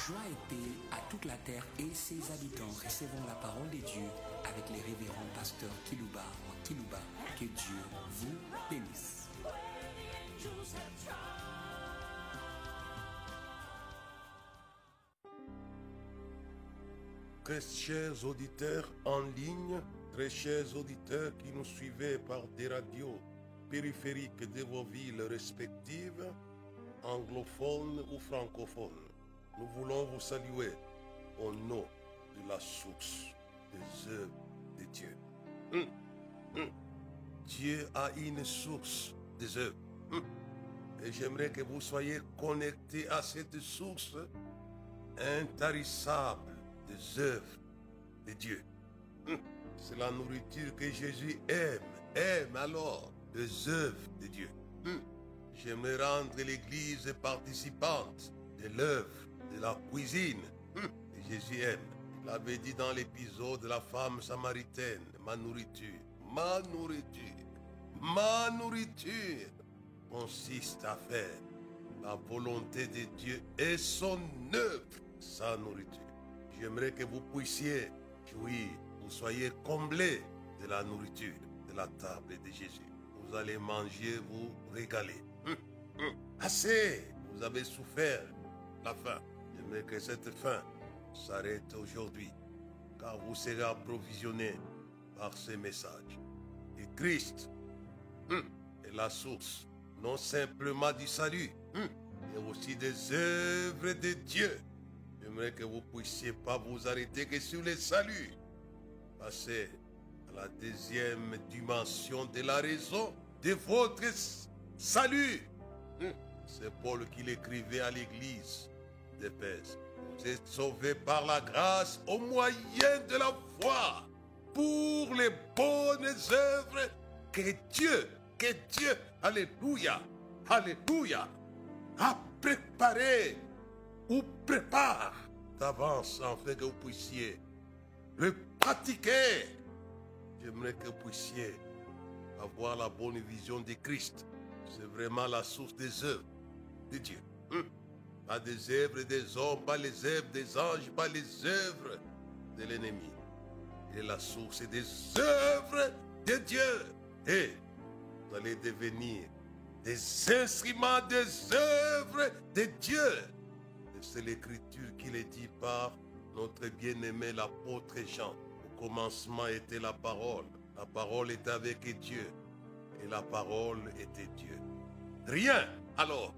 Joie et paix à toute la terre et ses habitants. Recevons la parole de Dieu avec les révérends pasteurs Kilouba. Que Dieu vous bénisse. Très chers auditeurs en ligne, très chers auditeurs qui nous suivez par des radios périphériques de vos villes respectives, anglophones ou francophones, nous voulons vous saluer au nom de la source des œuvres de Dieu. Dieu a une source des œuvres. Et j'aimerais que vous soyez connectés à cette source intarissable des œuvres de Dieu. C'est la nourriture que Jésus aime alors les œuvres de Dieu. J'aimerais rendre l'Église participante de l'œuvre de la cuisine que Jésus aime. Il avait dit dans l'épisode de la femme samaritaine, ma nourriture consiste à faire la volonté de Dieu et son œuvre, sa nourriture. J'aimerais que vous puissiez jouir, vous soyez comblés de la nourriture, de la table de Jésus. Vous allez manger, vous régaler. Assez, vous avez souffert la faim. J'aimerais que cette faim s'arrête aujourd'hui, car vous serez approvisionnés par ces messages. Et Christ est la source, non simplement du salut, mais aussi des œuvres de Dieu. J'aimerais que vous ne puissiez pas vous arrêter que sur le salut. Passez à la deuxième dimension de la raison de votre salut. C'est Paul qui l'écrivait à l'église d'Éphèse. Vous êtes sauvés par la grâce au moyen de la foi pour les bonnes œuvres que Dieu, alléluia, a préparées ou prépare d'avance afin que vous puissiez le pratiquer. J'aimerais que vous puissiez avoir la bonne vision de Christ. C'est vraiment la source des œuvres de Dieu. Pas des œuvres des hommes, pas les œuvres des anges, pas les œuvres de l'ennemi. Il est la source des œuvres de Dieu. Et vous allez devenir des instruments des œuvres de Dieu. C'est l'Écriture qui le dit par notre bien-aimé l'apôtre Jean. Au commencement était la parole. La parole était avec Dieu. Et la parole était Dieu. Rien, alors,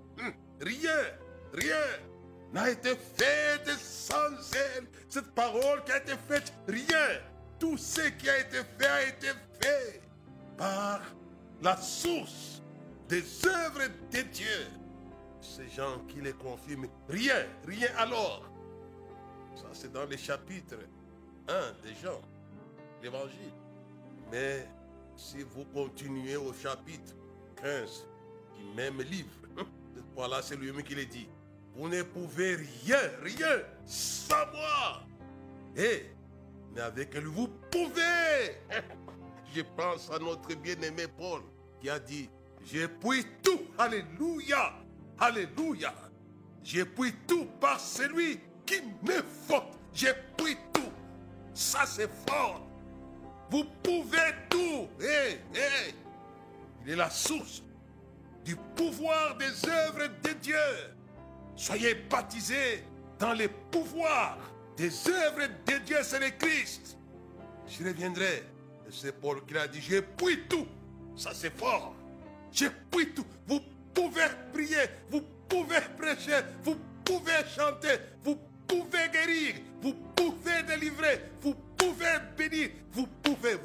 rien n'a été fait sans elle. Cette parole qui a été faite, rien. Tout ce qui a été fait par la source des œuvres de Dieu. Ces gens qui les confirment, rien alors. Ça c'est dans le chapitre 1 de Jean, l'évangile. Mais si vous continuez au chapitre 15 du même livre, cette fois-là c'est lui-même qui le dit. Vous ne pouvez rien sans moi. Mais avec lui vous pouvez. Je pense à notre bien-aimé Paul qui a dit, j'ai pris tout, alléluia. J'ai pris tout par celui qui me force. J'ai pris tout. Ça c'est fort. Vous pouvez tout. Il est la source du pouvoir des œuvres de Dieu. Soyez baptisés dans les pouvoirs des œuvres de Dieu, c'est le Christ. Je reviendrai. Et c'est Paul qui a dit, j'ai pris tout. Ça c'est fort. J'ai pris tout. Vous pouvez prier, vous pouvez prêcher, vous pouvez chanter, vous pouvez guérir, vous pouvez délivrer, vous pouvez bénir, vous pouvez,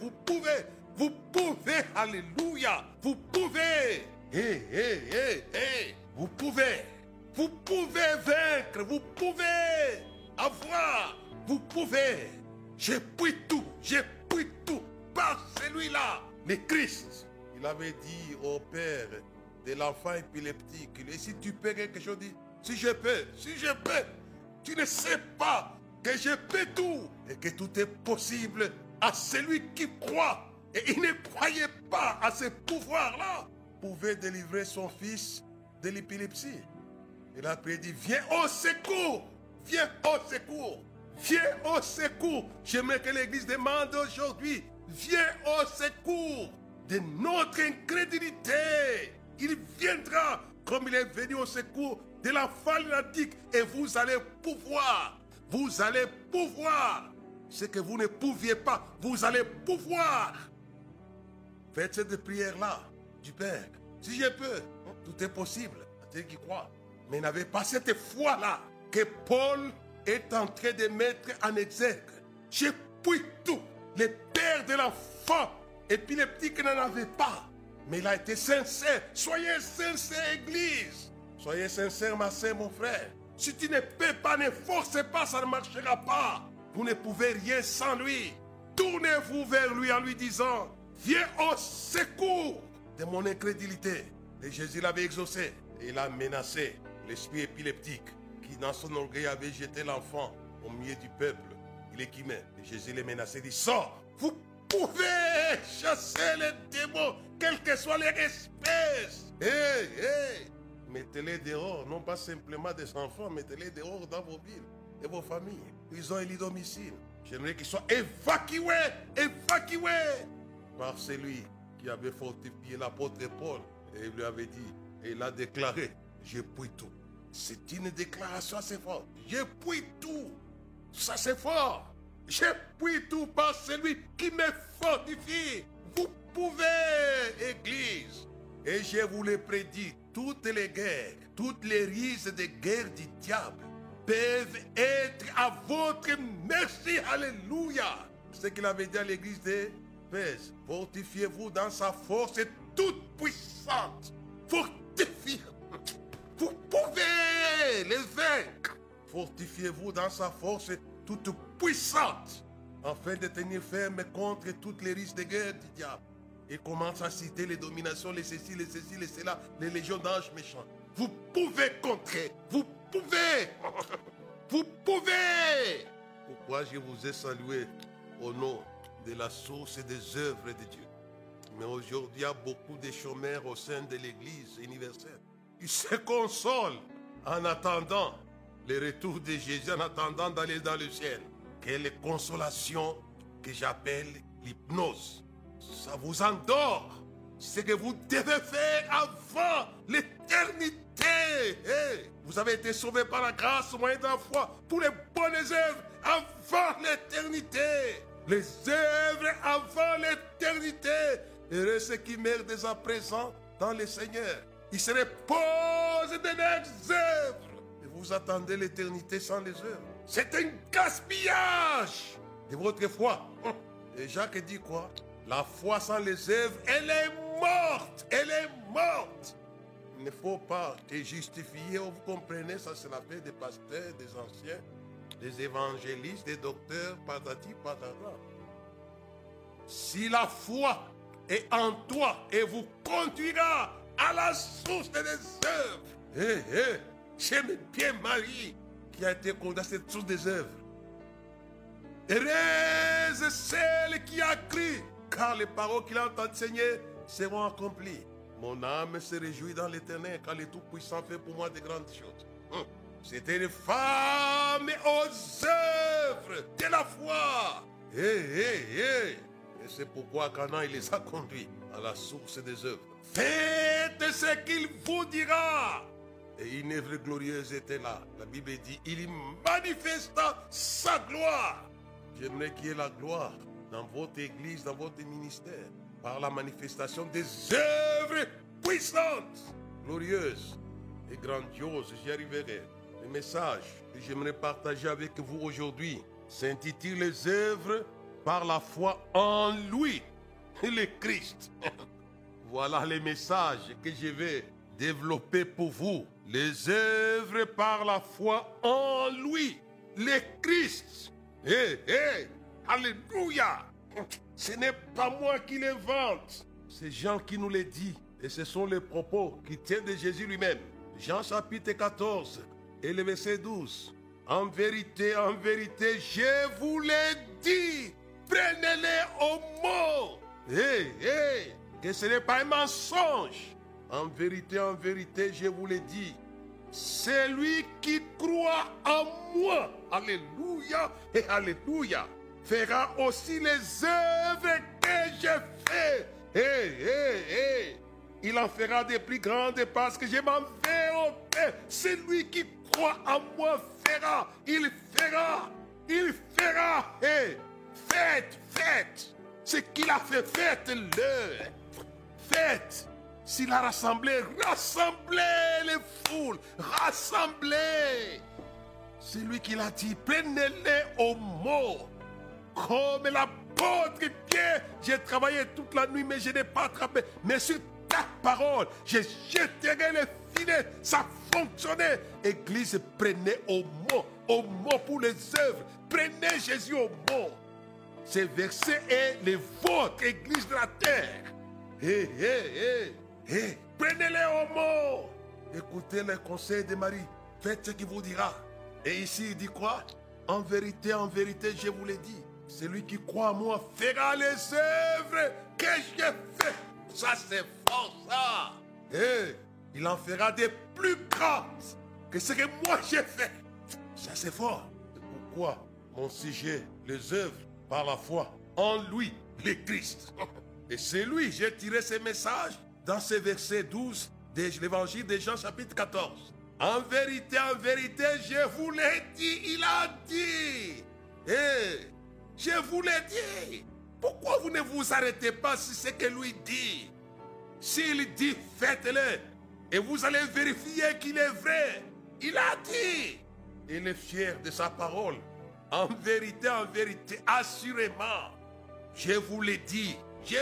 alléluia, vous pouvez, vous pouvez vaincre, vous pouvez avoir, vous pouvez, j'ai pris tout par celui-là, le Christ. Il avait dit au père de l'enfant épileptique, et si tu peux quelque chose, dis, si je peux, tu ne sais pas que je peux tout et que tout est possible à celui qui croit. Et il ne croyait pas à ce pouvoir-là. Il pouvait délivrer son fils de l'épilepsie. Il a dit, viens au secours viens au secours. Viens au secours. J'aimerais que l'Église demande aujourd'hui, viens au secours de notre incrédulité. Il viendra comme il est venu au secours de la fanatique et vous allez pouvoir. Vous allez pouvoir. Ce que vous ne pouviez pas, vous allez pouvoir. Faites cette prière-là du Père. Si je peux, tout est possible à ceux qui croient. Mais n'avez pas cette foi-là que Paul est en train de mettre en exergue. J'ai pris tout. Les pères de l'enfant et puis les petits qui n'en avaient pas. Mais il a été sincère. Soyez sincères, Église. Soyez sincères, ma soeur, mon frère. Si tu ne peux pas, ne forcez pas, ça ne marchera pas. Vous ne pouvez rien sans lui. Tournez-vous vers lui en lui disant, viens au secours de mon incrédulité. Et Jésus l'avait exaucé. Et il a menacé l'esprit épileptique qui, dans son orgueil, avait jeté l'enfant au milieu du peuple. Il est qui met. Et Jésus les menaçait, dit, sors. Vous pouvez chasser les démons, quelles que soient les espèces. Mettez-les dehors, non pas simplement des enfants, mettez-les dehors dans vos villes et vos familles. Ils ont un lit domicile. J'aimerais qu'ils soient évacués par celui qui avait fortifié l'apôtre Paul. Et il lui avait dit, et il a déclaré, j'ai pris tout. C'est une déclaration assez forte. J'ai pris tout. Ça c'est fort. J'ai pris tout par celui qui me fortifie. Vous pouvez, Église. Et je vous l'ai prédit, toutes les guerres, toutes les rises de guerre du diable peuvent être à votre merci. Alléluia. C'est ce qu'il avait dit à l'église d'Éphèse. Fortifiez-vous dans sa force toute puissante. Fortifiez-vous. Vous pouvez les vaincre. Fortifiez-vous dans sa force toute puissante, afin de tenir ferme contre toutes les risques de guerre du diable. Et commence à citer les dominations, les ceci, les cela, les légions d'anges méchants. Vous pouvez contrer. Vous pouvez. Vous pouvez. Pourquoi je vous ai salué au nom de la source et des œuvres de Dieu. Mais aujourd'hui, il y a beaucoup de chômeurs au sein de l'Église universelle. Ils se consolent en attendant le retour de Jésus, en attendant d'aller dans le ciel. Quelle consolation que j'appelle l'hypnose. Ça vous endort. Ce que vous devez faire avant l'éternité. Vous avez été sauvés par la grâce au moyen de la foi pour les bonnes œuvres avant l'éternité. Les œuvres avant l'éternité. Heureux ceux qui meurent dès à présent dans le Seigneur. Ils se reposent de leurs œuvres. Et vous attendez l'éternité sans les œuvres. C'est un gaspillage de votre foi. Et Jacques dit quoi? La foi sans les œuvres, elle est morte. Elle est morte. Il ne faut pas te justifier. Vous comprenez, ça c'est l'affaire des pasteurs, des anciens, des évangélistes, des docteurs, patati patata. Si la foi est en toi et vous conduira à la source des œuvres. J'aime bien Marie qui a été condamnée à cette source des œuvres. Heureuse celle qui a cru, car les paroles qu'il a enseignées seront accomplies. Mon âme se réjouit dans l'Éternel, car le Tout-Puissant fait pour moi de grandes choses. C'était une femme aux œuvres de la foi. Et c'est pourquoi Canaan, il les a conduits à la source des œuvres. Faites ce qu'il vous dira. Et une œuvre glorieuse était là. La Bible dit, il manifesta sa gloire. J'aimerais qu'il y ait la gloire dans votre église, dans votre ministère, par la manifestation des œuvres puissantes, glorieuses et grandioses. J'y arriverai. Le message que j'aimerais partager avec vous aujourd'hui s'intitule les œuvres par la foi en lui, le Christ. Voilà les messages que je vais développer pour vous. Les œuvres par la foi en lui, le Christ. Alléluia. Ce n'est pas moi qui les vante. C'est Jean qui nous les dit. Et ce sont les propos qui tiennent de Jésus lui-même. Jean chapitre 14 et le verset 12. En vérité, je vous l'ai dit. Prenez-les au mot. Que ce n'est pas un mensonge. En vérité, je vous l'ai dit. celui qui croit en moi, alléluia et alléluia, fera aussi les œuvres que j'ai faites. Il en fera des plus grandes parce que je m'en vais au Père. Celui qui croit en moi fera, il fera. Faites. Ce qu'il a fait, faites-le. Faites. S'il a rassemblé, rassemblez les foules, rassemblez. C'est lui qui l'a dit, prenez-les au mot. Comme l'apôtre Pierre, j'ai travaillé toute la nuit, mais je n'ai pas attrapé. Mais sur ta parole, je jeterai les filets, ça fonctionnait. Église, prenez au mot pour les œuvres. Prenez Jésus au mot. Ce verset est le vôtre, Église de la terre. Prenez-les au mot. Écoutez les conseils de Marie. Faites ce qu'il vous dira. Et ici, il dit quoi? En vérité, je vous l'ai dit. Celui qui croit en moi fera les œuvres que j'ai faites. Ça, c'est fort, ça. Il en fera des plus grandes que ce que moi j'ai fait. Ça, c'est fort. C'est pourquoi mon sujet, les œuvres par la foi en lui, le Christ. Et c'est lui, j'ai tiré ce message dans ce verset 12 de l'évangile de Jean chapitre 14. En vérité, je vous l'ai dit, il a dit. Je vous l'ai dit. Pourquoi vous ne vous arrêtez pas sur ce que lui dit? S'il dit, faites-le. Et vous allez vérifier qu'il est vrai. Il a dit. Il est fier de sa parole. En vérité, assurément. Je vous l'ai dit.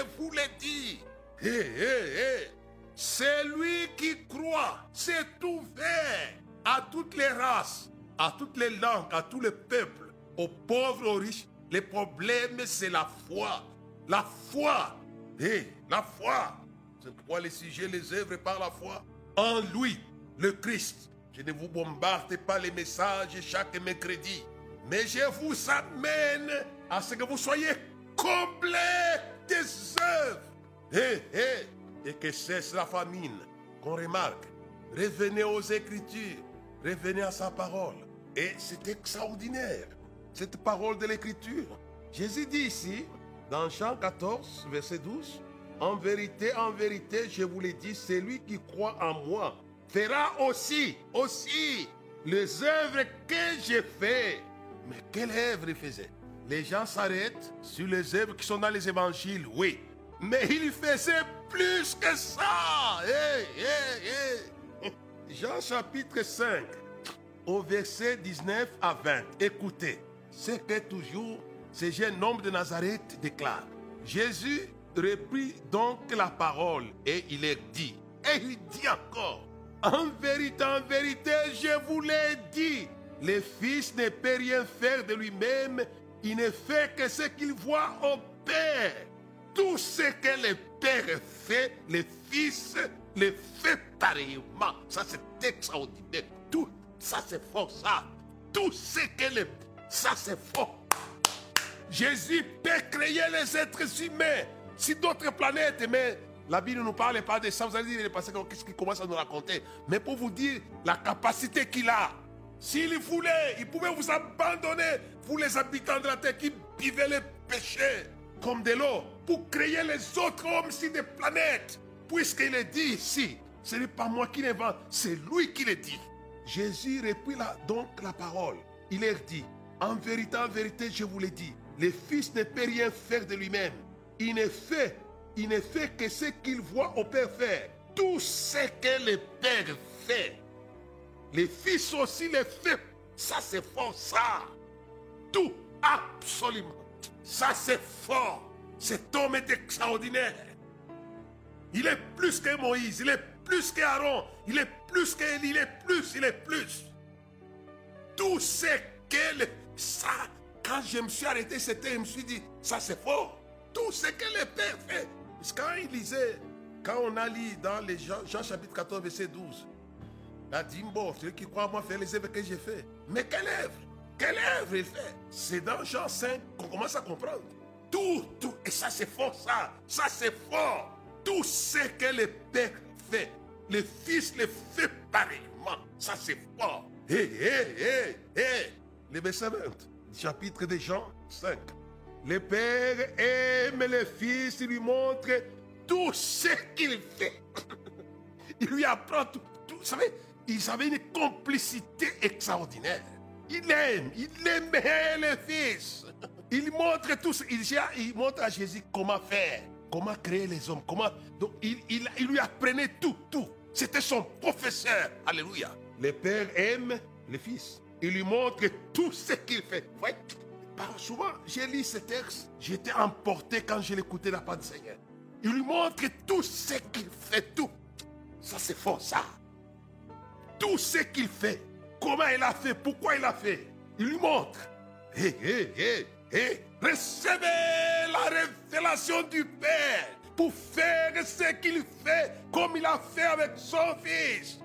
Celui qui croit s'est ouvert à toutes les races, à toutes les langues, à tous les peuples, aux pauvres, aux riches. Le problème, c'est la foi. La foi. La foi. C'est pourquoi le sujet, les œuvres par la foi. En lui, le Christ. Je ne vous bombarde pas les messages chaque mercredi. Mais je vous amène à ce que vous soyez comblés des œuvres. Et que cesse la famine. Qu'on remarque. Revenez aux Écritures. Revenez à sa parole. Et c'est extraordinaire. Cette parole de l'Écriture. Jésus dit ici, dans Jean 14, verset 12, en vérité, je vous l'ai dit, celui qui croit en moi fera aussi les œuvres que j'ai faites. Mais quelles œuvres il faisait? Les gens s'arrêtent sur les œuvres qui sont dans les évangiles, oui. Mais il faisait plus que ça. Jean chapitre 5, au verset 19 à 20. Écoutez. C'est que toujours ce jeune homme de Nazareth déclare. Jésus reprit donc la parole et il leur dit. Et il dit encore. En vérité, je vous l'ai dit. Le Fils ne peut rien faire de lui-même. Il ne fait que ce qu'il voit au Père. Tout ce que le Père fait, le Fils le fait pareillement. Ça, c'est extraordinaire. Tout ça, c'est fort, ça. Tout ce que le Ça, c'est faux. Jésus peut créer les êtres humains sur d'autres planètes, mais la Bible ne nous parle pas de ça. Vous allez dire, parce qu'est-ce qu'il commence à nous raconter? Mais pour vous dire la capacité qu'il a. S'il voulait, il pouvait vous abandonner, vous les habitants de la terre qui vivaient les péchés comme de l'eau, pour créer les autres hommes sur des planètes. Puisqu'il est dit ici, ce n'est pas moi qui l'invente, c'est lui qui le dit. Jésus reprit donc la parole. Il leur dit, en vérité, je vous l'ai dit, le Fils ne peut rien faire de lui-même. Il ne fait que ce qu'il voit au Père faire. Tout ce que le Père fait, le Fils aussi le fait. Ça, c'est fort, ça. Tout, absolument. Ça, c'est fort. Cet homme est extraordinaire. Il est plus que Moïse, il est plus qu'Aaron, il est plus qu'Élie, il est plus. Tout ce que ça, quand je me suis arrêté, je me suis dit, ça c'est fort. Tout ce que le Père fait. Parce que quand on a lu dans les Jean chapitre 14, verset 12, la Dimbo, celui qui croit à moi fait les œuvres que j'ai fait. Mais quelle œuvre il fait? C'est dans Jean 5 qu'on commence à comprendre. Tout, et ça c'est fort, ça c'est fort. Tout ce que le Père fait, le Fils le fait pareillement. Ça, c'est fort. Le verset 20, chapitre de Jean 5. Le Père aime le Fils, il lui montre tout ce qu'il fait. Il lui apprend tout. Vous savez, ils avaient une complicité extraordinaire. Il aimait le Fils. Il montre tout. Il montre à Jésus comment faire, comment créer les hommes. Donc, il lui apprenait tout. C'était son professeur. Alléluia. Le Père aime le Fils. Il lui montre tout ce qu'il fait. Ouais. Souvent, j'ai lu ce texte. J'étais emporté quand je l'écoutais de la part du Seigneur. Il lui montre tout ce qu'il fait. Tout. Ça, c'est fort, ça. Tout ce qu'il fait. Comment il a fait. Pourquoi il a fait. Il lui montre. Recevez la révélation du Père pour faire ce qu'il fait comme il a fait avec son Fils.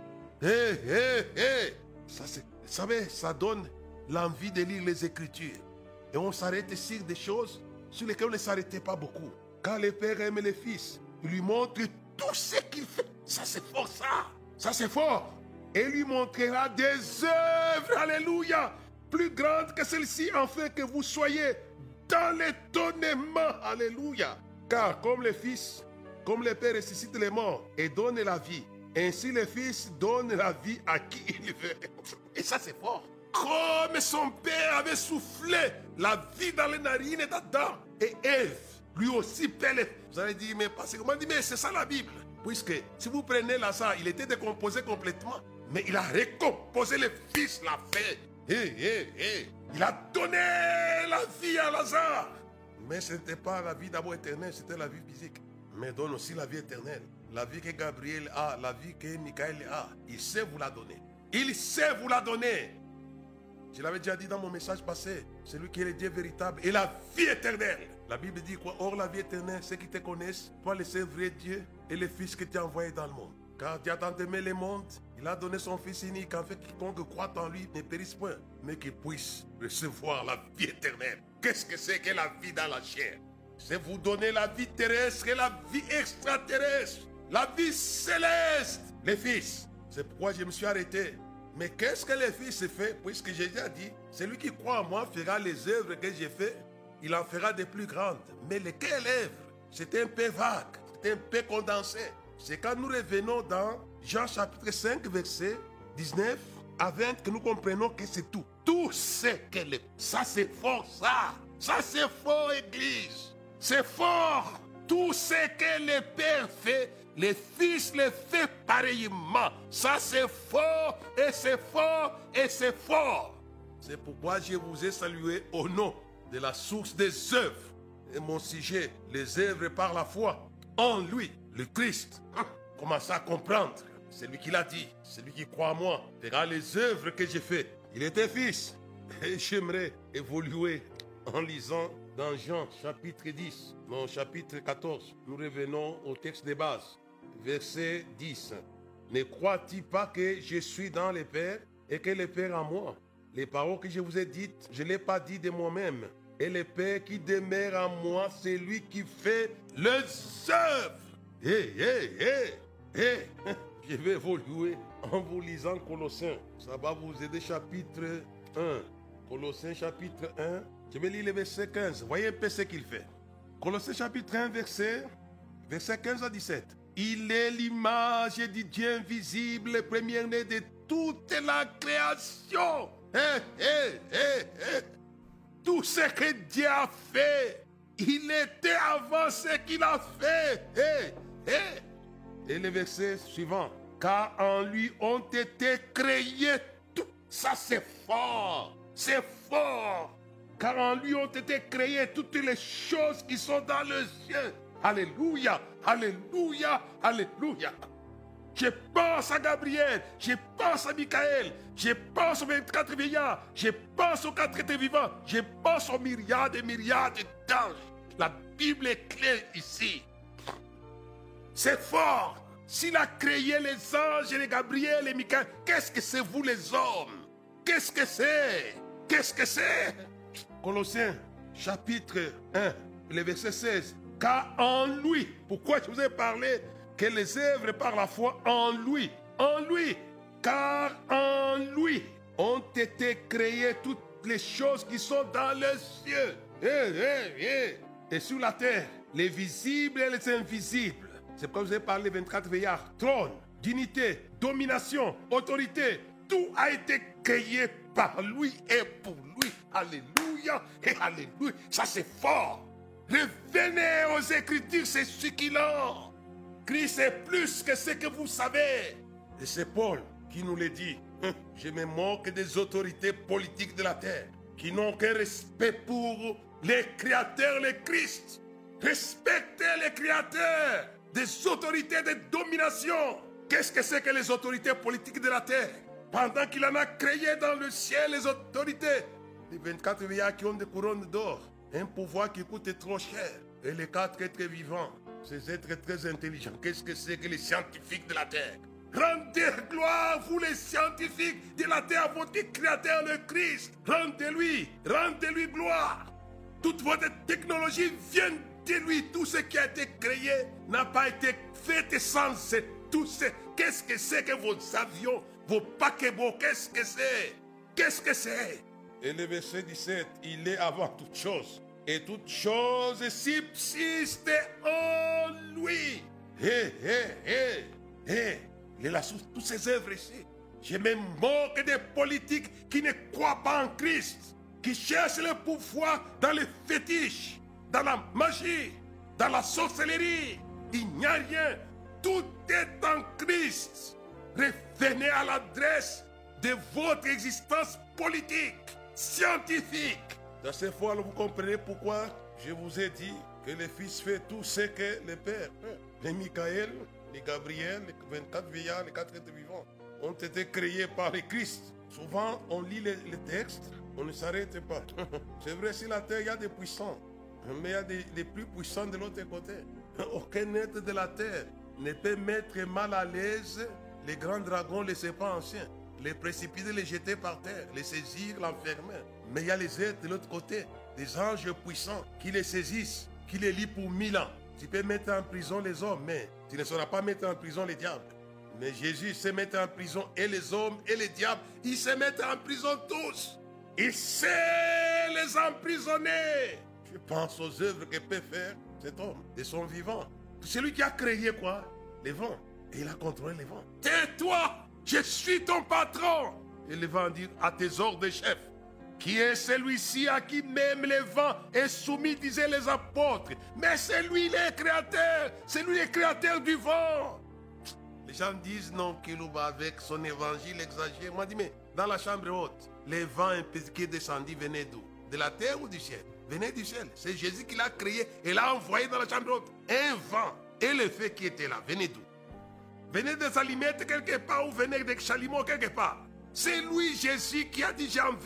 Ça, vous savez, ça donne l'envie de lire les Écritures. Et on s'arrête sur des choses sur lesquelles on ne s'arrêtait pas beaucoup. Quand le Père aime le Fils, il lui montre tout ce qu'il fait. Ça, c'est fort, ça. Ça, c'est fort. Et il lui montrera des œuvres, alléluia, plus grandes que celles-ci, afin que vous soyez dans l'étonnement, alléluia. Car comme le Fils, comme le Père ressuscite les morts et donne la vie, ainsi le Fils donne la vie à qui il veut. Et ça, c'est fort. Comme son Père avait soufflé la vie dans les narines d'Adam et Ève, lui aussi Père. Vous allez dire, mais parce que comment dit, mais c'est ça la Bible. Puisque si vous prenez Lazare, il était décomposé complètement, mais il a recomposé, le Fils l'a fait. Il a donné la vie à Lazare. Mais ce n'était pas la vie d'abord éternelle, c'était la vie physique. Mais donne aussi la vie éternelle. La vie que Gabriel a, la vie que Michael a. Il sait vous la donner. Il sait vous la donner. Je l'avais déjà dit dans mon message passé. C'est lui qui est le Dieu véritable et la vie éternelle. La Bible dit quoi? Or la vie éternelle, ceux qui te connaissent, toi le seul vrai Dieu et le Fils que tu as envoyé dans le monde. Car Dieu a tant aimé le monde, il a donné son Fils unique, en fait quiconque croit en lui ne périsse point, mais qu'il puisse recevoir la vie éternelle. Qu'est-ce que c'est que la vie dans la chair? C'est vous donner la vie terrestre et la vie extraterrestre, la vie céleste, le Fils. C'est pourquoi je me suis arrêté. Mais qu'est-ce que le Fils fait? Puisque j'ai déjà dit, celui qui croit en moi fera les œuvres que j'ai faites, il en fera des plus grandes. Mais lesquelles œuvres? C'est un peu vague, c'est un peu condensé. C'est quand nous revenons dans Jean chapitre 5, verset 19 à 20 que nous comprenons que c'est tout. Tout ce que le... Ça c'est fort, ça. Ça c'est fort, Église. C'est fort. Tout ce que le Père fait, le Fils le fait pareillement. Ça c'est fort, et c'est fort, et c'est fort. C'est pourquoi je vous ai salué au nom de la source des œuvres. Et mon sujet, les œuvres par la foi en lui, le Christ. Commencez à comprendre. C'est lui qui l'a dit. C'est lui qui croit en moi. Fera les œuvres que j'ai faites. Il était fils. Et j'aimerais évoluer en lisant dans Jean chapitre 10, non chapitre 14. Nous revenons au texte de base. Verset 10. Ne crois-tu pas que je suis dans le Père et que le Père en moi? Les paroles que je vous ai dites, je ne les ai pas dites de moi-même. Et le Père qui demeure en moi, c'est lui qui fait les œuvres. Je vais évoluer en vous lisant Colossiens. Ça va vous aider chapitre 1. Colossiens chapitre 1. Je vais lire le verset 15. Voyez un peu ce qu'il fait. Colossiens chapitre 1, verset 15 à 17. Il est l'image du Dieu invisible, le premier-né de toute la création. Tout ce que Dieu a fait, il était avant ce qu'il a fait. Et le verset suivant. Car en lui ont été créés tout. Ça c'est fort. C'est fort. Car en lui ont été créées toutes les choses qui sont dans les cieux. Alléluia. Alléluia. Alléluia. Je pense à Gabriel, je pense à Michael, je pense aux 24 vieillards, je pense aux 4 êtres vivants, je pense aux myriades et myriades d'anges. La Bible est claire ici. C'est fort. S'il a créé les anges et les Gabriel et Michael, qu'est-ce que c'est vous les hommes? Qu'est-ce que c'est? Qu'est-ce que c'est? Colossiens chapitre 1, le verset 16. Car en lui, pourquoi je vous ai parlé que les œuvres par la foi en lui, Car en lui ont été créées toutes les choses qui sont dans les cieux et sur la terre, les visibles et les invisibles. C'est pourquoi vous avez parlé 24 veillards. Trône, dignité, domination, autorité, tout a été créé par lui et pour lui. Alléluia et alléluia. Ça c'est fort. Revenez aux Écritures, c'est succulent. Christ est plus que ce que vous savez. Et c'est Paul qui nous le dit. Je me moque des autorités politiques de la terre qui n'ont qu'un respect pour les créateurs, le Christ. Respectez les créateurs des autorités de domination. Qu'est-ce que c'est que les autorités politiques de la terre? Pendant qu'il en a créé dans le ciel les autorités, les 24 veillards qui ont des couronnes d'or, un pouvoir qui coûte trop cher, et les 4 êtres vivants, ces êtres très intelligents. Qu'est-ce que c'est que les scientifiques de la terre? Rendez gloire, vous les scientifiques de la terre, à votre créateur, le Christ. Rendez-lui gloire. Toute votre technologie vient de lui. Tout ce qui a été créé n'a pas été fait sans tout ce. Qu'est-ce que c'est que vos avions, vos paquebots, qu'est-ce que c'est? Qu'est-ce que c'est? Et le verset 17, il est avant toute chose. Et toute chose subsiste en lui. Il est la source de toutes ces œuvres ici. Je me moque des politiques qui ne croient pas en Christ, qui cherchent le pouvoir dans les fétiches, dans la magie, dans la sorcellerie. Il n'y a rien. Tout est en Christ. Revenez à l'adresse de votre existence politique, scientifique. Dans ces fois, vous comprenez pourquoi je vous ai dit que le Fils fait tout ce que le Père fait. Les Michael, les Gabriel, les 24 veillards, les 4 êtres vivants ont été créés par le Christ. Souvent, on lit les textes, on ne s'arrête pas. C'est vrai, sur la terre, il y a des puissants, mais il y a des plus puissants de l'autre côté. Aucun être de la terre ne peut mettre mal à l'aise les grands dragons, les serpents anciens, les précipiter, les jeter par terre, les saisir, l'enfermer. Mais il y a les êtres de l'autre côté, des anges puissants qui les saisissent, qui les lient pour 1000 ans. Tu peux mettre en prison les hommes, mais tu ne sauras pas mettre en prison les diables. Mais Jésus sait mettre en prison et les hommes et les diables. Il sait mettre en prison tous. Il sait les emprisonner. Je pense aux œuvres que peut faire cet homme de son vivant. C'est lui qui a créé quoi? Les vents. Et il a contrôlé les vents. Tais-toi, je suis ton patron. Et le vent dit à tes ordres, chef. Qui est celui-ci à qui même les vents est soumis, disaient les apôtres. Mais c'est lui le créateur. C'est lui le créateur du vent. Les gens disent non, Kilouba, avec son évangile exagéré. Moi, je dis, mais dans la chambre haute, les vents qui est descendu venaient d'où? De la terre ou du ciel? Venez du ciel. C'est Jésus qui l'a créé et l'a envoyé dans la chambre haute. Un vent et le feu qui était là, venez d'où? Venez des allumettes quelque part ou venez des chalumeaux quelque part. C'est lui, Jésus, qui a dit,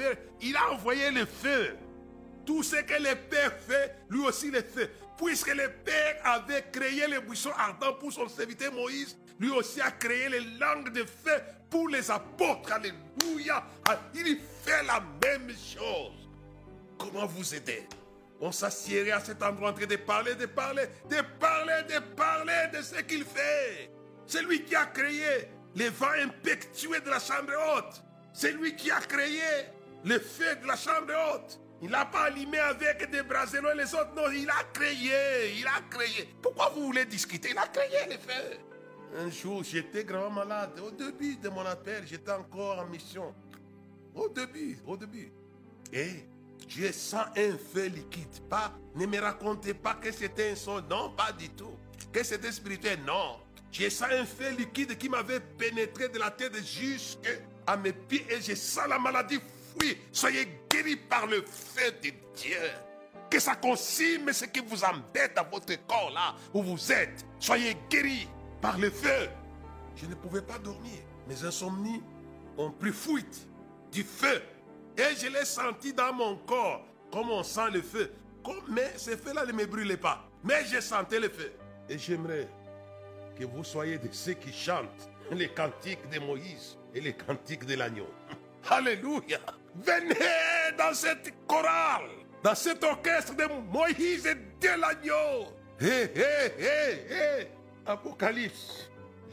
il a envoyé le feu. Tout ce que le Père fait, lui aussi le fait. Puisque le Père avait créé les buissons ardents pour son serviteur Moïse, lui aussi a créé les langues de feu pour les apôtres. Alléluia. Il fait la même chose. Comment vous aider? On s'assierait à cet endroit en train de parler de ce qu'il fait. C'est lui qui a créé les vents impétueux de la chambre haute. C'est lui qui a créé le feu de la chambre haute. Il n'a pas allumé avec des braseros et les autres. Non, il a créé. Pourquoi vous voulez discuter? Il a créé le feu. Un jour, j'étais gravement malade. Au début de mon appel, j'étais encore en mission. Au début. Et je sens un feu liquide. Ne me racontez pas que c'était un son. Non, pas du tout. Que c'était spirituel. Non. Je sens un feu liquide qui m'avait pénétré de la tête jusqu'à mes pieds et je sens la maladie fuir. Soyez guéris par le feu de Dieu. Que ça consume ce qui vous embête dans votre corps là où vous êtes. Soyez guéris par le feu. Je ne pouvais pas dormir. Mes insomnies ont pris fuite du feu. Et je l'ai senti dans mon corps comme on sent le feu. Mais ce feu là ne me brûlait pas. Mais je sentais le feu. Et j'aimerais que vous soyez de ceux qui chantent les cantiques de Moïse et les cantiques de l'agneau. Alléluia. Venez dans cette chorale, dans cet orchestre de Moïse et de l'agneau. Apocalypse.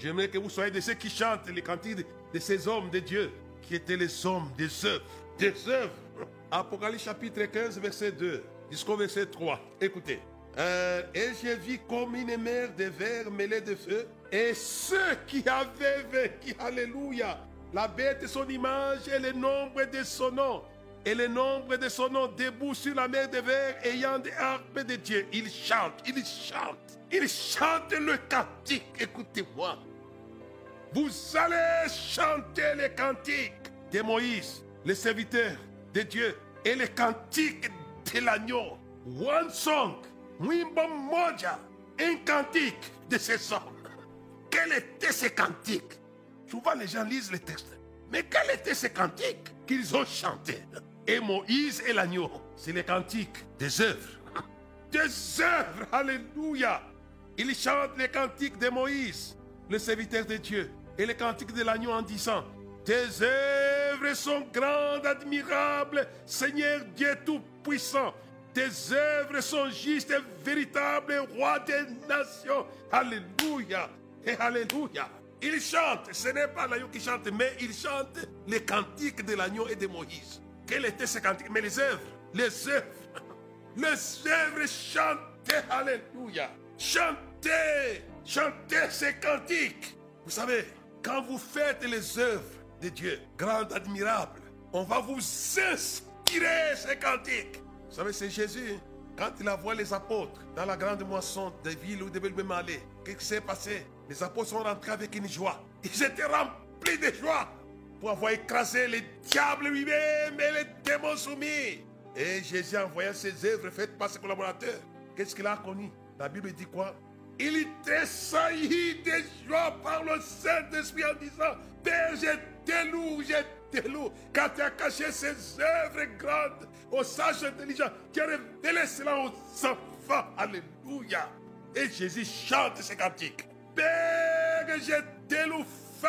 J'aimerais que vous soyez de ceux qui chantent les cantiques de ces hommes de Dieu, qui étaient les hommes des œuvres. Des œuvres. Apocalypse chapitre 15, verset 2, jusqu'au verset 3. Écoutez. Et j'ai vu comme une mer de verre mêlée de feu, et ceux qui avaient vaincu, alléluia, la bête et son image et le nombre de son nom. Et le nombre de son nom debout sur la mer de verre, ayant des harpes de Dieu. Ils chantent, ils chantent. Ils chantent le cantique. Écoutez-moi. Vous allez chanter les cantiques de Moïse, le serviteur de Dieu, et les cantiques de l'agneau. One song, wimbo moja, un cantique de ces hommes. Quel était ce cantique? Souvent les gens lisent les textes. Mais quel était ce cantique qu'ils ont chanté? Et Moïse et l'agneau, c'est les cantiques des œuvres. Des œuvres, alléluia. Ils chantent les cantiques de Moïse, le serviteur de Dieu, et les cantiques de l'agneau en disant: tes œuvres sont grandes, admirables, Seigneur Dieu Tout-Puissant. Tes œuvres sont justes et véritables, Roi des nations. Alléluia et alléluia. Ils chantent, ce n'est pas l'agneau qui chante, mais ils chantent les cantiques de l'agneau et de Moïse. Quels étaient ces cantiques? Mais les œuvres, les œuvres chantaient, alléluia. Chantez ces cantiques. Vous savez, quand vous faites les œuvres de Dieu, grandes, admirables, on va vous inspirer ces cantiques. Vous savez, c'est Jésus, quand il envoie les apôtres dans la grande moisson des villes où ils devaient même aller. Qu'est-ce qui s'est passé? Les apôtres sont rentrés avec une joie. Ils étaient remplis de joie pour avoir écrasé les diables lui-même et les démons soumis. Et Jésus, en voyant ses œuvres faites par ses collaborateurs, qu'est-ce qu'il a connu? La Bible dit quoi? Il tressaillit de joie par le Saint-Esprit en disant: Père, je te loue, car tu as caché ces œuvres grandes aux sages intelligents, tu as révélé cela aux enfants. Alléluia. Et Jésus chante ces cantiques. Père, je te loue,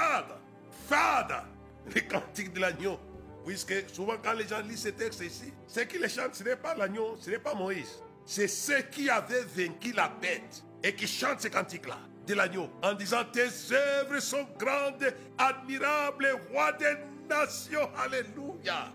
Fada, les cantiques de l'agneau. Puisque souvent quand les gens lisent ces textes ici, ceux qui les chantent, ce n'est pas l'agneau, ce n'est pas Moïse. C'est ceux qui avaient vaincu la bête et qui chantent ces cantiques-là de l'agneau en disant: tes œuvres sont grandes, admirables, Roi des nations. Alléluia.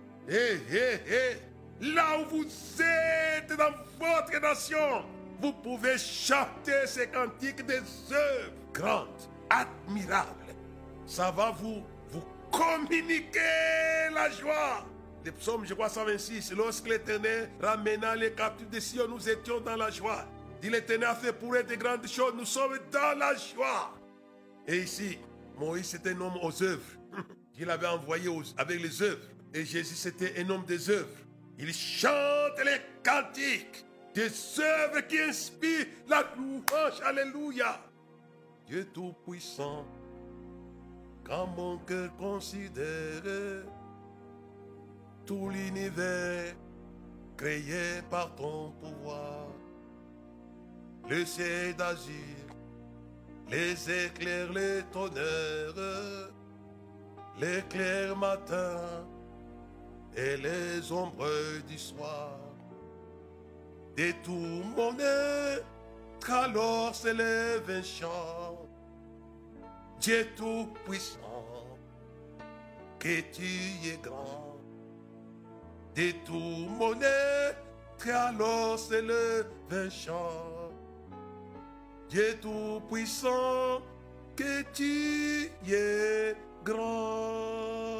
Là où vous êtes dans votre nation, vous pouvez chanter ces cantiques des œuvres grandes, admirables. Ça va vous communiquer la joie. Le psaume, je crois, 126. Lorsque l'Éternel ramena les captifs de Sion, nous étions dans la joie. Dit: l'Éternel a fait pour eux de grandes choses, nous sommes dans la joie. Et ici, Moïse c'était un homme aux œuvres. Il avait envoyé avec les œuvres. Et Jésus c'était un homme des œuvres. Il chante les cantiques, des œuvres qui inspirent la louange. Alléluia. Dieu Tout-Puissant, quand mon cœur considère tout l'univers créé par ton pouvoir, le ciel d'azur, les éclairs, les tonnerres, l'éclair matin et les ombres du soir. De tout mon être alors s'élève un chant. Dieu Tout-Puissant, que tu es grand. De tout mon être alors s'élève un chant. Dieu Tout-Puissant, que tu es grand.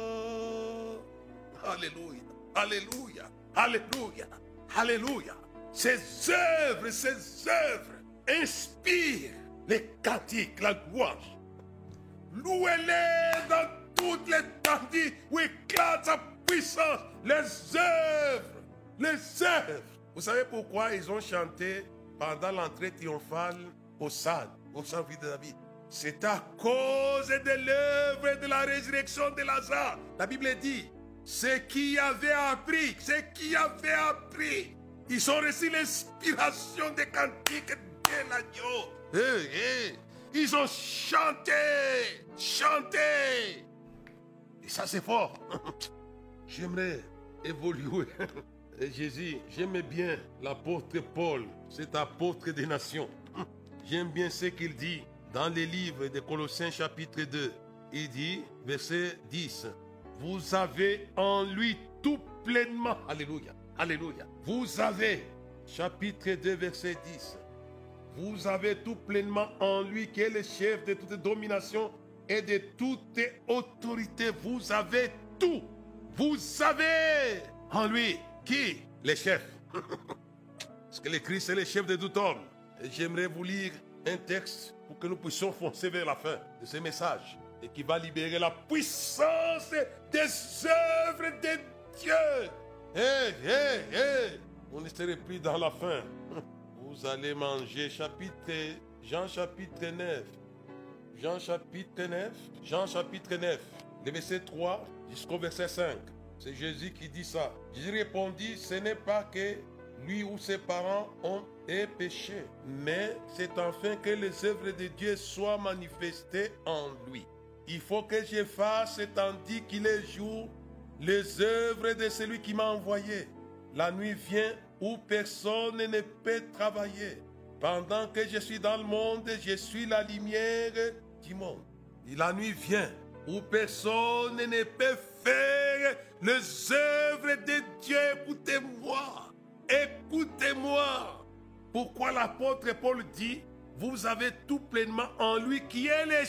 Alléluia, alléluia, alléluia, alléluia. Ces œuvres inspirent les cantiques, la louange. Louez-les dans toutes les tendis où éclate sa puissance. Les œuvres. Vous savez pourquoi ils ont chanté pendant l'entrée triomphale au stade de David? C'est à cause de l'œuvre de la résurrection de Lazare. La Bible dit: ceux qui avaient appris, ils ont reçu l'inspiration des cantiques de l'agneau. Ils ont chanté. Et ça c'est fort. J'aimerais évoluer. Et Jésus, j'aimais bien l'apôtre Paul, cet apôtre des nations. J'aime bien ce qu'il dit dans les livres de Colossiens chapitre 2, il dit, verset 10, vous avez en lui tout pleinement, alléluia, alléluia, vous avez, chapitre 2, verset 10, vous avez tout pleinement en lui qui est le chef de toute domination et de toute autorité. Vous avez tout. Vous avez en lui qui? Le chef. Parce que le Christ est le chef de tout homme. Et j'aimerais vous lire un texte pour que nous puissions foncer vers la fin de ce message et qui va libérer la puissance des œuvres de Dieu. On ne serait plus dans la faim. Vous allez manger Jean chapitre 9. Jean chapitre 9, le verset 3 jusqu'au verset 5. C'est Jésus qui dit ça. Jésus répondit, ce n'est pas que lui ou ses parents ont péché, mais c'est afin que les œuvres de Dieu soient manifestées en lui. Il faut que je fasse, tandis qu'il est jour, les œuvres de celui qui m'a envoyé. La nuit vient où personne ne peut travailler. Pendant que je suis dans le monde, je suis la lumière du monde. Et la nuit vient où personne ne peut faire les œuvres de Dieu. Écoutez-moi. Écoutez-moi. Pourquoi l'apôtre Paul dit, vous avez tout pleinement en lui qui est le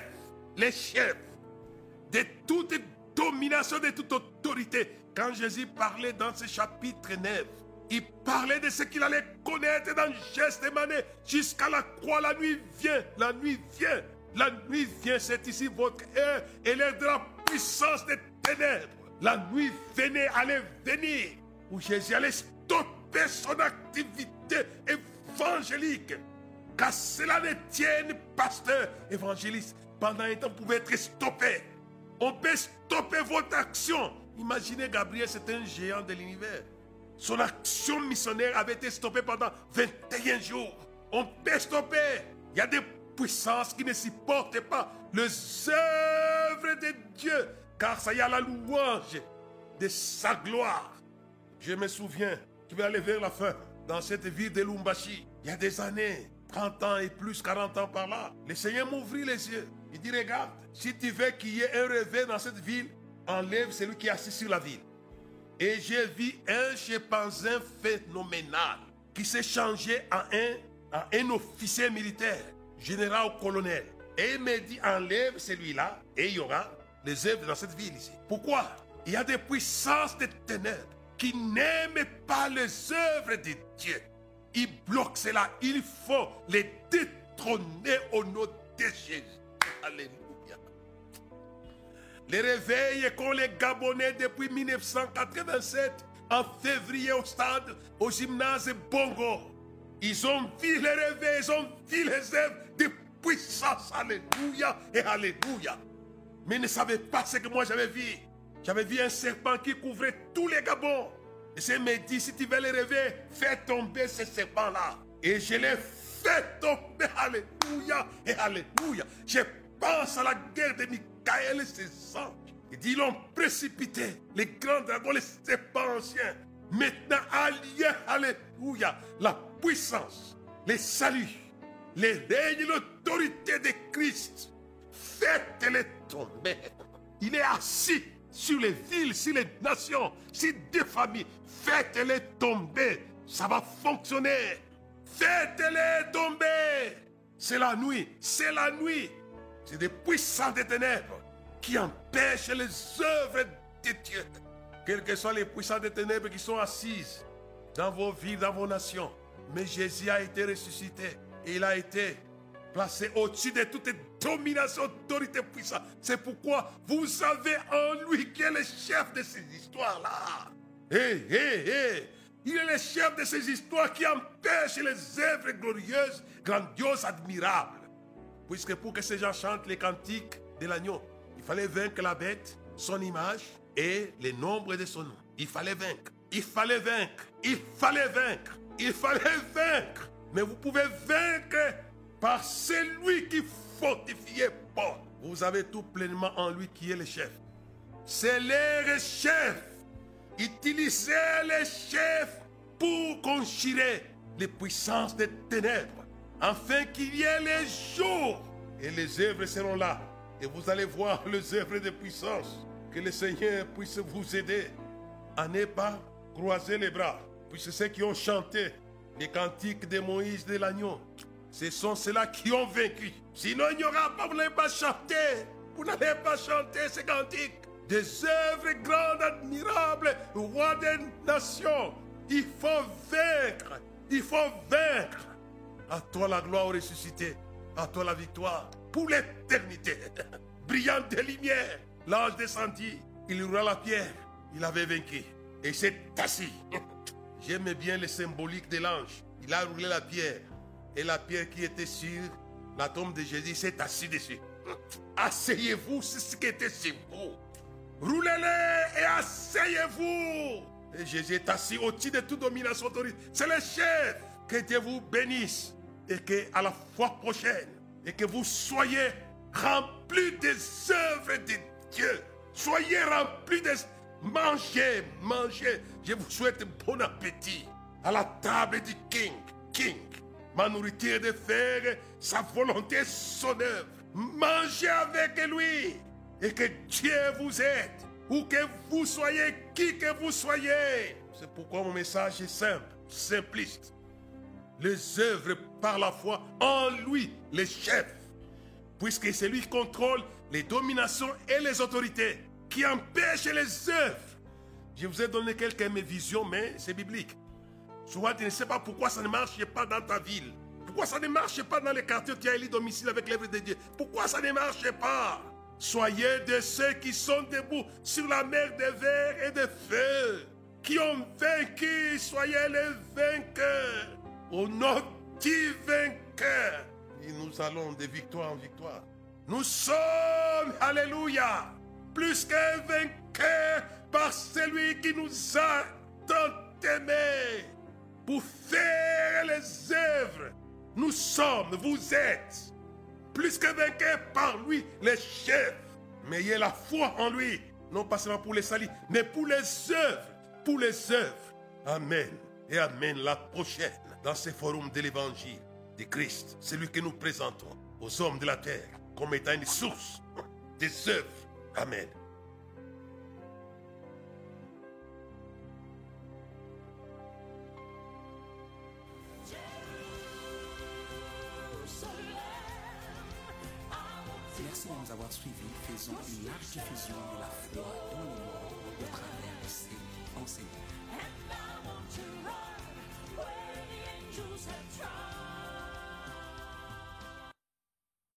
chef de toute domination, de toute autorité. Quand Jésus parlait dans ce chapitre 9, il parlait de ce qu'il allait connaître dans Gethsémani jusqu'à la croix. La nuit vient, la nuit vient, la nuit vient. C'est ici votre heure et l'heure de la puissance des ténèbres. La nuit venait, allait venir, où Jésus allait stopper son activité évangélique. Car cela ne tienne, pasteur, évangéliste, pendant un temps pouvait être stoppé. On peut stopper votre action. Imaginez Gabriel, c'est un géant de l'univers. Son action missionnaire avait été stoppée pendant 21 jours. On peut stopper. Il y a des puissances qui ne supportent pas les œuvres de Dieu. Car ça y a la louange de sa gloire. Je me souviens, je vais aller vers la fin, dans cette ville de Lumbashi, il y a des années, 30 ans et plus, 40 ans par là. Le Seigneur m'ouvrit les yeux. Il dit, regarde, si tu veux qu'il y ait un réveil dans cette ville, enlève celui qui est assis sur la ville. Et j'ai vu un chimpanzé phénoménal qui s'est changé en un officier militaire, général ou colonel. Et il me dit, enlève celui-là et il y aura les œuvres dans cette ville ici. Pourquoi? Il y a des puissances des ténèbres qui n'aiment pas les œuvres de Dieu. Ils bloquent cela. Il faut les détrôner au nom de Jésus. Alléluia. Les réveils qu'ont les Gabonais depuis 1987, en février au stade, au gymnase Bongo. Ils ont vu les réveils, ils ont vu les œuvres de puissance. Alléluia et alléluia. Mais ils ne savaient pas ce que moi j'avais vu. J'avais vu un serpent qui couvrait tous les Gabons. Et c'est me dit, si tu veux les réveiller, fais tomber ce serpent-là. Et je l'ai fait tomber. Alléluia et alléluia. Je pense à la guerre de Michael et ses anges. Il dit, ils l'ont précipité. Les grands dragons, les serpents anciens. Maintenant, alliés, alléluia. La puissance, les saluts, les règnes, l'autorité de Christ. Faites-les tomber. Il est assis sur les villes, sur les nations, sur des familles. Faites-les tomber. Ça va fonctionner. Faites-les tomber. C'est la nuit. C'est la nuit. C'est des puissants des ténèbres qui empêchent les œuvres de Dieu. Quels que soient les puissants des ténèbres qui sont assises dans vos villes, dans vos nations. Mais Jésus a été ressuscité. Et il a été placé au-dessus de toute domination, autorité, puissance. C'est pourquoi vous avez en lui qui est le chef de ces histoires-là. Il est le chef de ces histoires qui empêchent les œuvres glorieuses, grandioses, admirables. Puisque pour que ces gens chantent les cantiques de l'agneau, il fallait vaincre la bête, son image et le nombre de son nom. Il fallait vaincre. Il fallait vaincre. Il fallait vaincre. Il fallait vaincre. Mais vous pouvez vaincre par celui qui fortifie Paul. Vous avez tout pleinement en lui qui est le chef. C'est le chef. Utilisez le chef pour conjurer les puissances des ténèbres, afin qu'il y ait les jours Et les œuvres seront là. Et vous allez voir les œuvres de puissance. Que le Seigneur puisse vous aider à ne pas croiser les bras. Puisque ceux qui ont chanté les cantiques de Moïse de l'agneau, ce sont ceux-là qui ont vaincu. Sinon, il n'y aura pas, vous n'allez pas chanter. Vous n'allez pas chanter ces cantiques. Des œuvres grandes, admirables, roi des nations. Il faut vaincre. Il faut vaincre. À toi la gloire ressuscitée. À toi la victoire. Pour l'éternité. Brillant de lumière. L'ange descendit. Il roula la pierre. Il avait vaincu. Et il s'est assis. J'aime bien le symbolique de l'ange. Il a roulé la pierre. Et la pierre qui était sur la tombe de Jésus s'est assis dessus. Asseyez-vous sur ce qui était sur vous. Roulez-les et asseyez-vous. Et Jésus est assis au-dessus de toute domination autorité. C'est le chef. Que Dieu vous bénisse. Et qu'à la fois prochaine, et que vous soyez remplis des œuvres de Dieu. Soyez remplis de... Mangez, mangez. Je vous souhaite bon appétit à la table du King. Ma nourriture est de faire sa volonté, son œuvre. Mangez avec lui. Et que Dieu vous aide. Où que vous soyez, qui que vous soyez. C'est pourquoi mon message est simple, simpliste. Les œuvres par la foi en lui, le chef. Puisque c'est lui qui contrôle les dominations et les autorités. Qui empêchent les œuvres. Je vous ai donné quelques mes visions, mais c'est biblique. Souvent, tu ne sais pas pourquoi ça ne marche pas dans ta ville. Pourquoi ça ne marche pas dans les quartiers où tu as élu domicile avec l'œuvre de Dieu. Pourquoi ça ne marche pas. Soyez de ceux qui sont debout sur la mer de verre et de feu. Qui ont vaincu, soyez les vainqueurs. Au nom du vainqueur. Et nous allons de victoire en victoire. Nous sommes, alléluia, plus qu'un vainqueur par celui qui nous a tant aimés pour faire les œuvres. Nous sommes, vous êtes, plus que vainqueurs par lui, le chef. Mais ayez la foi en lui, non pas seulement pour les salis, mais pour les œuvres. Pour les œuvres. Amen et amen. La prochaine, dans ce forum de l'évangile de Christ, celui que nous présentons aux hommes de la terre comme étant une source des œuvres. Amen. Merci de nous avoir suivis. Faisons une large diffusion de la foi dans le monde au travers de ces enseignements.